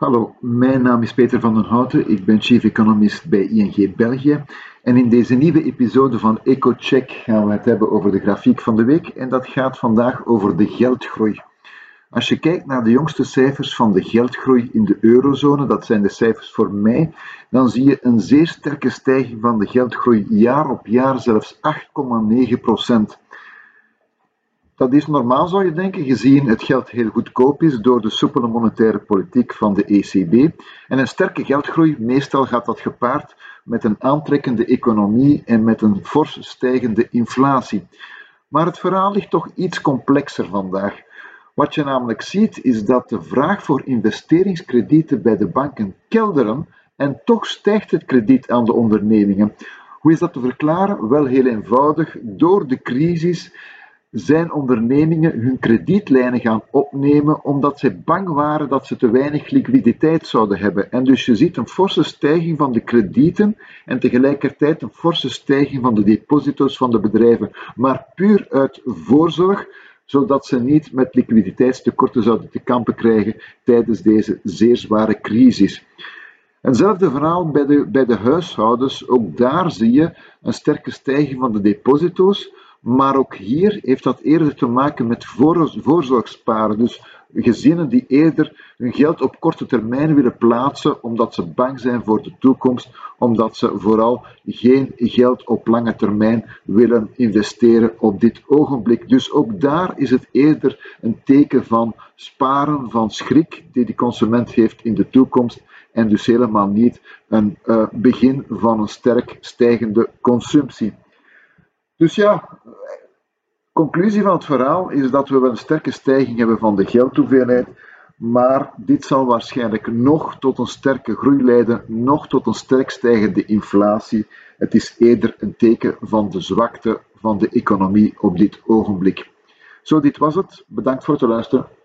Hallo, mijn naam is Peter van den Houten. Ik ben chief economist bij ING België. En in deze nieuwe episode van EcoCheck gaan we het hebben over de grafiek van de week. En dat gaat vandaag over de geldgroei. Als je kijkt naar de jongste cijfers van de geldgroei in de eurozone, dat zijn de cijfers voor mei, dan zie je een zeer sterke stijging van de geldgroei jaar op jaar, zelfs 8,9%. Dat is normaal, zou je denken, gezien het geld heel goedkoop is door de soepele monetaire politiek van de ECB. En een sterke geldgroei, meestal gaat dat gepaard met een aantrekkende economie en met een fors stijgende inflatie. Maar het verhaal ligt toch iets complexer vandaag. Wat je namelijk ziet, is dat de vraag voor investeringskredieten bij de banken kelderen en toch stijgt het krediet aan de ondernemingen. Hoe is dat te verklaren? Wel heel eenvoudig. Door de crisis zijn ondernemingen hun kredietlijnen gaan opnemen omdat zij bang waren dat ze te weinig liquiditeit zouden hebben. En dus je ziet een forse stijging van de kredieten en tegelijkertijd een forse stijging van de deposito's van de bedrijven, maar puur uit voorzorg, zodat ze niet met liquiditeitstekorten zouden te kampen krijgen tijdens deze zeer zware crisis. Hetzelfde verhaal bij de huishoudens. Ook daar zie je een sterke stijging van de deposito's. Maar ook hier heeft dat eerder te maken met voorzorgssparen. Dus gezinnen die eerder hun geld op korte termijn willen plaatsen omdat ze bang zijn voor de toekomst, omdat ze vooral geen geld op lange termijn willen investeren op dit ogenblik. Dus ook daar is het eerder een teken van sparen, van schrik die de consument heeft in de toekomst en dus helemaal niet een begin van een sterk stijgende consumptie. Dus ja, conclusie van het verhaal is dat we wel een sterke stijging hebben van de geldhoeveelheid, maar dit zal waarschijnlijk nog tot een sterke groei leiden, nog tot een sterk stijgende inflatie. Het is eerder een teken van de zwakte van de economie op dit ogenblik. Zo, dit was het. Bedankt voor het luisteren.